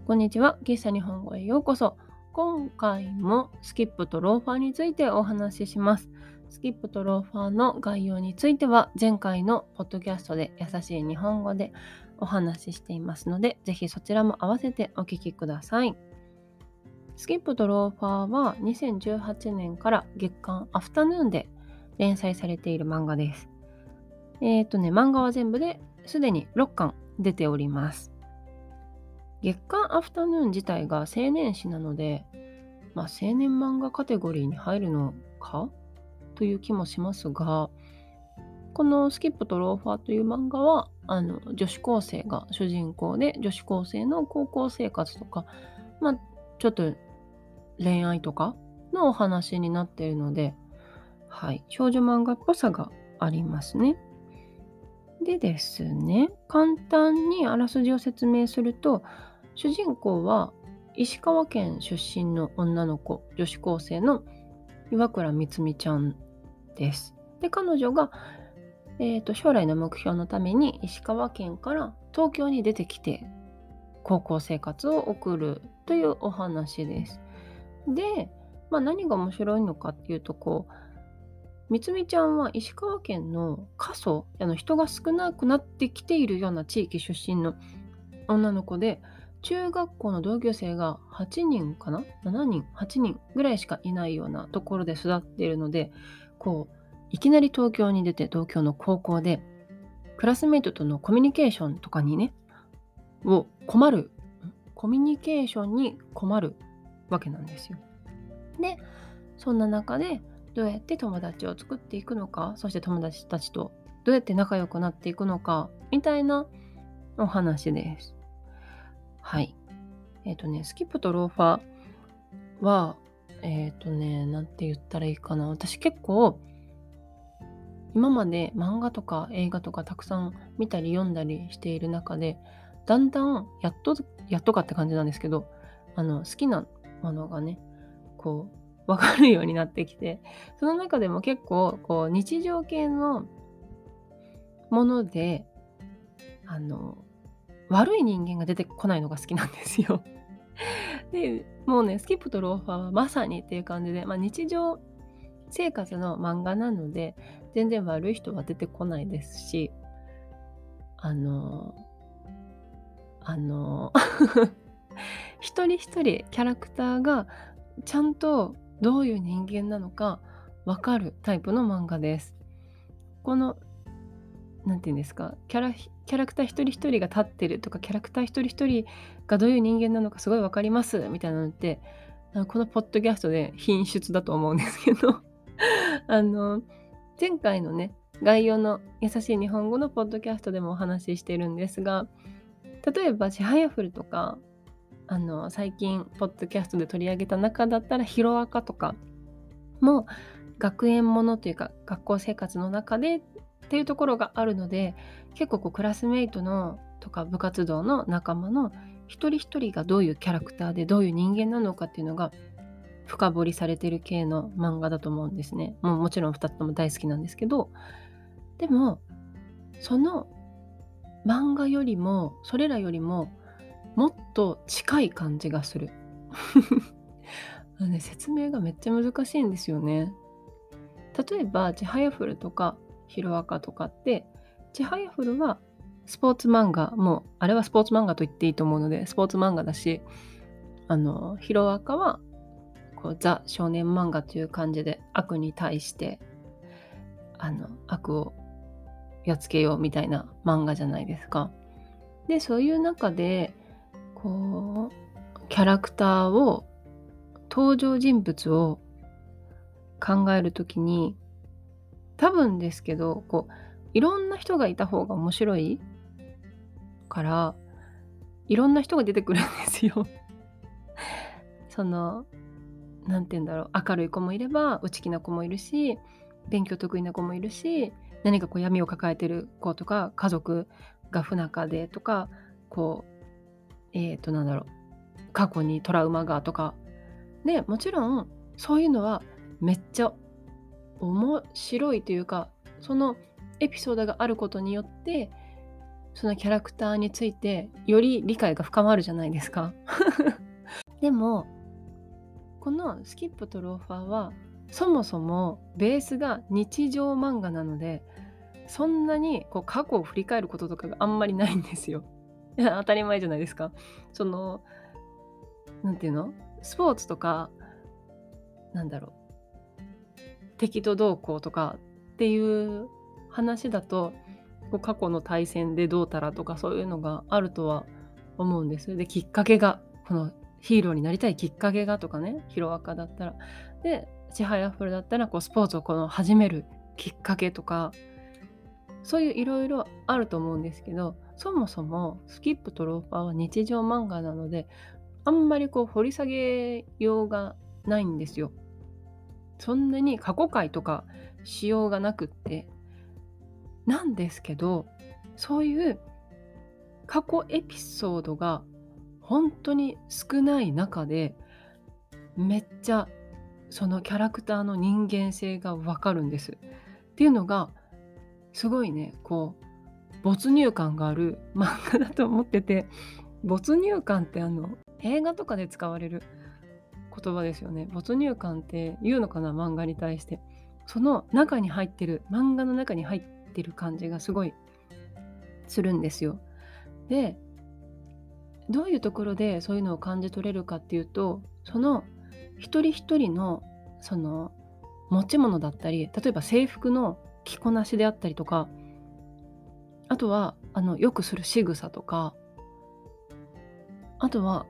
こんにちは。喫茶日本語へようこそ。今回もスキップとローファーについてお話しします。スキップとローファーの概要については前回のポッドキャストで優しい日本語でお話ししていますので、ぜひそちらも合わせてお聞きください。スキップとローファーは2018年から月刊アフタヌーンで連載されている漫画です。漫画は全部ですでに6巻出ております。月刊アフタヌーン自体が青年誌なので、青年漫画カテゴリーに入るのかという気もしますが、このスキップとローファーという漫画は女子高生が主人公で、女子高生の高校生活とか、ちょっと恋愛とかのお話になっているので、少女漫画っぽさがありますね。でですね、簡単にあらすじを説明すると、主人公は石川県出身の女の子、女子高生の岩倉美澄ちゃんです。で、彼女が、将来の目標のために石川県から東京に出てきて高校生活を送るというお話です。で、何が面白いのかっていうと、みつみちゃんは石川県の過疎、人が少なくなってきているような地域出身の女の子で、中学校の同級生が8人かな ?7 人 ?8 人ぐらいしかいないようなところで育っているので、いきなり東京に出て、東京の高校でクラスメイトとのコミュニケーションとかにコミュニケーションに困るわけなんですよ。で、そんな中でどうやって友達を作っていくのか、そして友達たちとどうやって仲良くなっていくのかみたいなお話です。スキップとローファーはなんて言ったらいいかな。私結構今まで漫画とか映画とかたくさん見たり読んだりしている中で、だんだんやっとかって感じなんですけど、好きなものがね、分かるようになってきて、その中でも結構日常系のもので、悪い人間が出てこないのが好きなんですよ。で、もうね、スキップとローファーはまさにっていう感じで、日常生活の漫画なので、全然悪い人は出てこないですし、あのあの一人一人キャラクターがちゃんとどういう人間なのかわかるタイプの漫画です。このなんていうんですか、キャラクター一人一人が立ってるとか、キャラクター一人一人がどういう人間なのかすごいわかりますみたいなのって、このポッドキャストで品質だと思うんですけどあの前回のね、概要の優しい日本語のポッドキャストでもお話ししてるんですが、例えばちはやふるとか、最近ポッドキャストで取り上げた中だったらヒロアカとかも学園ものというか学校生活の中でっていうところがあるので、結構クラスメイトのとか部活動の仲間の一人一人がどういうキャラクターでどういう人間なのかっていうのが深掘りされてる系の漫画だと思うんですね。もちろん2つとも大好きなんですけど、でもその漫画よりもそれらよりももっと近い感じがする。説明がめっちゃ難しいんですよね。例えばちはやふるとかヒロアカとかって、ちはやふるはスポーツ漫画、もうあれはスポーツ漫画と言っていいと思うのでスポーツ漫画だし、ヒロアカはザ少年漫画という感じで悪に対して悪をやっつけようみたいな漫画じゃないですか。で、そういう中でキャラクターを、登場人物を考えるときに、多分ですけどいろんな人がいた方が面白いから、いろんな人が出てくるんですよ。なんて言うんだろう、明るい子もいれば内気な子もいるし、勉強得意な子もいるし、何か闇を抱えてる子とか、家族が不仲でとか、なんだろう、過去にトラウマがとかで、もちろんそういうのはめっちゃ面白いというか、そのエピソードがあることによってそのキャラクターについてより理解が深まるじゃないですか。でもこのスキップとローファーはそもそもベースが日常漫画なので、そんなにこう過去を振り返ることとかがあんまりないんですよ。いや当たり前じゃないですか。そのなんていうの、スポーツとかなんだろう、敵とどうこうとかっていう話だと、こう過去の対戦でどうたらとかそういうのがあるとは思うんです。で、きっかけがこのヒーローになりたいきっかけがとかね、ヒロアカだったら。で、ちはやふるだったらこうスポーツをこの始めるきっかけとか、そういういろいろあると思うんですけど、そもそもスキップとローファーは日常漫画なので、あんまりこう掘り下げようがないんですよ。そんなに過去回とかしようがなくって。なんですけど、そういう過去エピソードが本当に少ない中で、めっちゃそのキャラクターの人間性がわかるんです。っていうのが、すごいね、こう、没入感がある漫画だと思ってて、没入感って映画とかで使われる言葉ですよね。没入感って言うのかな、漫画に対して。その中に入ってる、漫画の中に入ってる感じがすごいするんですよ。で、どういうところでそういうのを感じ取れるかっていうと、その一人一人のその持ち物だったり、例えば制服の着こなしであったりとか、あとはよくする仕草とか、あとは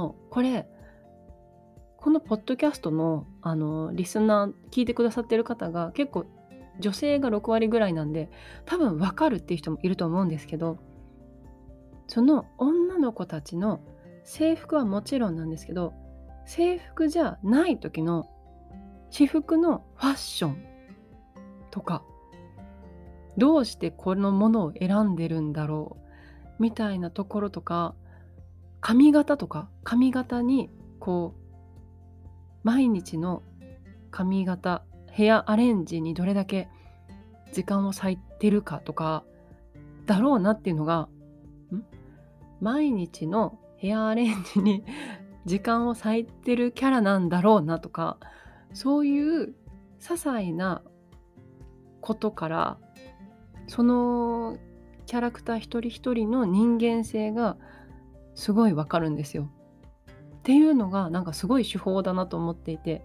このポッドキャストのリスナー聞いてくださってる方が結構女性が6割ぐらいなんで、多分わかるっていう人もいると思うんですけど、その女の子たちの制服はもちろんなんですけど、制服じゃない時の私服のファッションとか、どうしてこのものを選んでるんだろうみたいなところとか、髪型とか、髪型にこう毎日の髪型、ヘアアレンジにどれだけ時間を割いてるかとかだろうなっていうのが、毎日のヘアアレンジに時間を割いてるキャラなんだろうなとか、そういう些細なことから、そのキャラクター一人一人の人間性がすごいわかるんですよ。っていうのがなんかすごい手法だなと思っていて、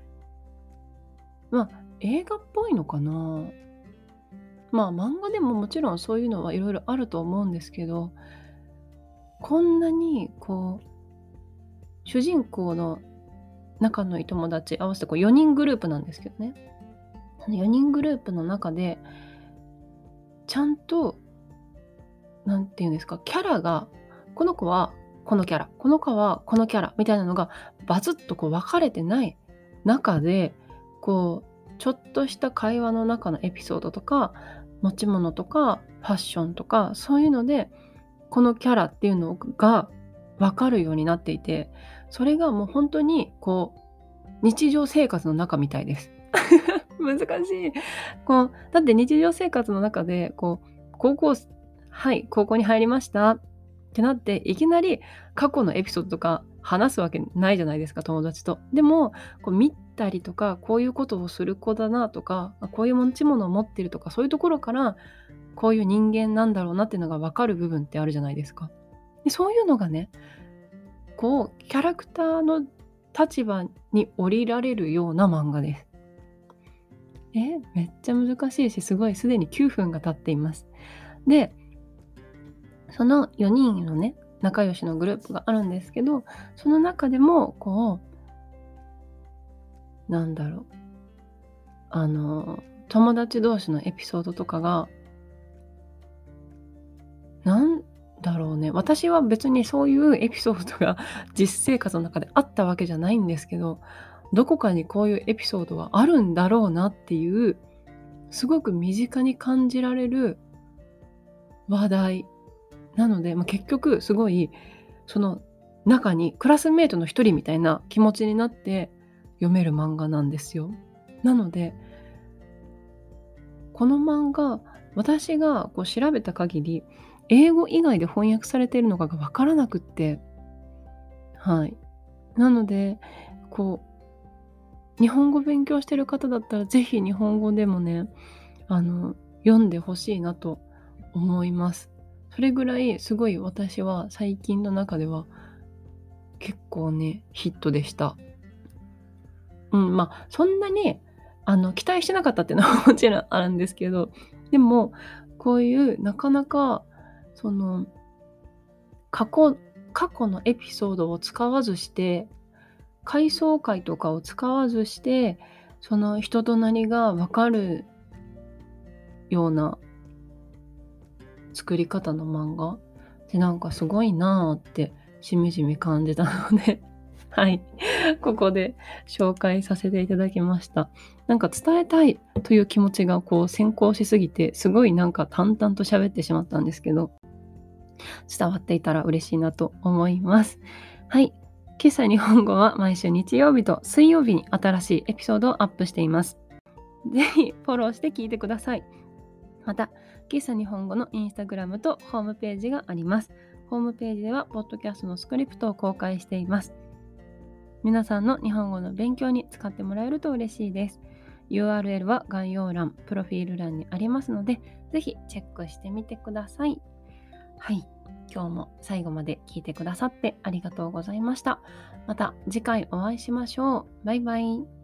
映画っぽいのかな。漫画でももちろんそういうのはいろいろあると思うんですけど、こんなにこう主人公の仲のいい友達合わせてこう4人グループなんですけどね。その4人グループの中でちゃんとなんていうんですか、キャラが、この子はこのキャラ、この子はこのキャラみたいなのがバツッとこう分かれてない中で、こうちょっとした会話の中のエピソードとか持ち物とかファッションとかそういうのでこのキャラっていうのが分かるようになっていて、それがもう本当にこう日常生活の中みたいです。難しい。だって日常生活の中で高校に入りましたってなっていきなり過去のエピソードとか話すわけないじゃないですか、友達と。でも見たりとか、こういうことをする子だなとか、こういう持ち物を持ってるとか、そういうところからこういう人間なんだろうなっていうのが分かる部分ってあるじゃないですか。でそういうのがね、キャラクターの立場に降りられるような漫画です。めっちゃ難しいし、すごいすでに9分が経っています。で、その4人のね、仲良しのグループがあるんですけど、その中でもなんだろう、友達同士のエピソードとかが、なんだろうね、私は別にそういうエピソードが実生活の中であったわけじゃないんですけど、どこかにこういうエピソードはあるんだろうなっていう、すごく身近に感じられる話題なので、結局すごいその中にクラスメートの一人みたいな気持ちになって読める漫画なんですよ。なので、この漫画私がこう調べた限り、英語以外で翻訳されているのかがわからなくって、はい。なので、こ日本語勉強してる方だったら、ぜひ日本語でもね、あの、読んでほしいなと思います。それぐらいすごい私は最近の中では結構ね、ヒットでした。そんなに期待してなかったっていうのはもちろんあるんですけど、でも、こういうなかなかその、過去過去のエピソードを使わずして回想会とかを使わずして、その人となりが分かるような作り方の漫画で、なんかすごいなってしみじみ感じたのではい、ここで紹介させていただきました。なんか伝えたいという気持ちがこう先行しすぎて、すごいなんか淡々と喋ってしまったんですけど、伝わっていたら嬉しいなと思います。はい。今朝日本語は毎週日曜日と水曜日に新しいエピソードをアップしています。ぜひフォローして聞いてください。また、今朝日本語のインスタグラムとホームページがあります。ホームページでは、ポッドキャストのスクリプトを公開しています。皆さんの日本語の勉強に使ってもらえると嬉しいです。URL は概要欄、プロフィール欄にありますので、ぜひチェックしてみてください。はい。今日も最後まで聞いてくださってありがとうございました。また次回お会いしましょう。バイバイ。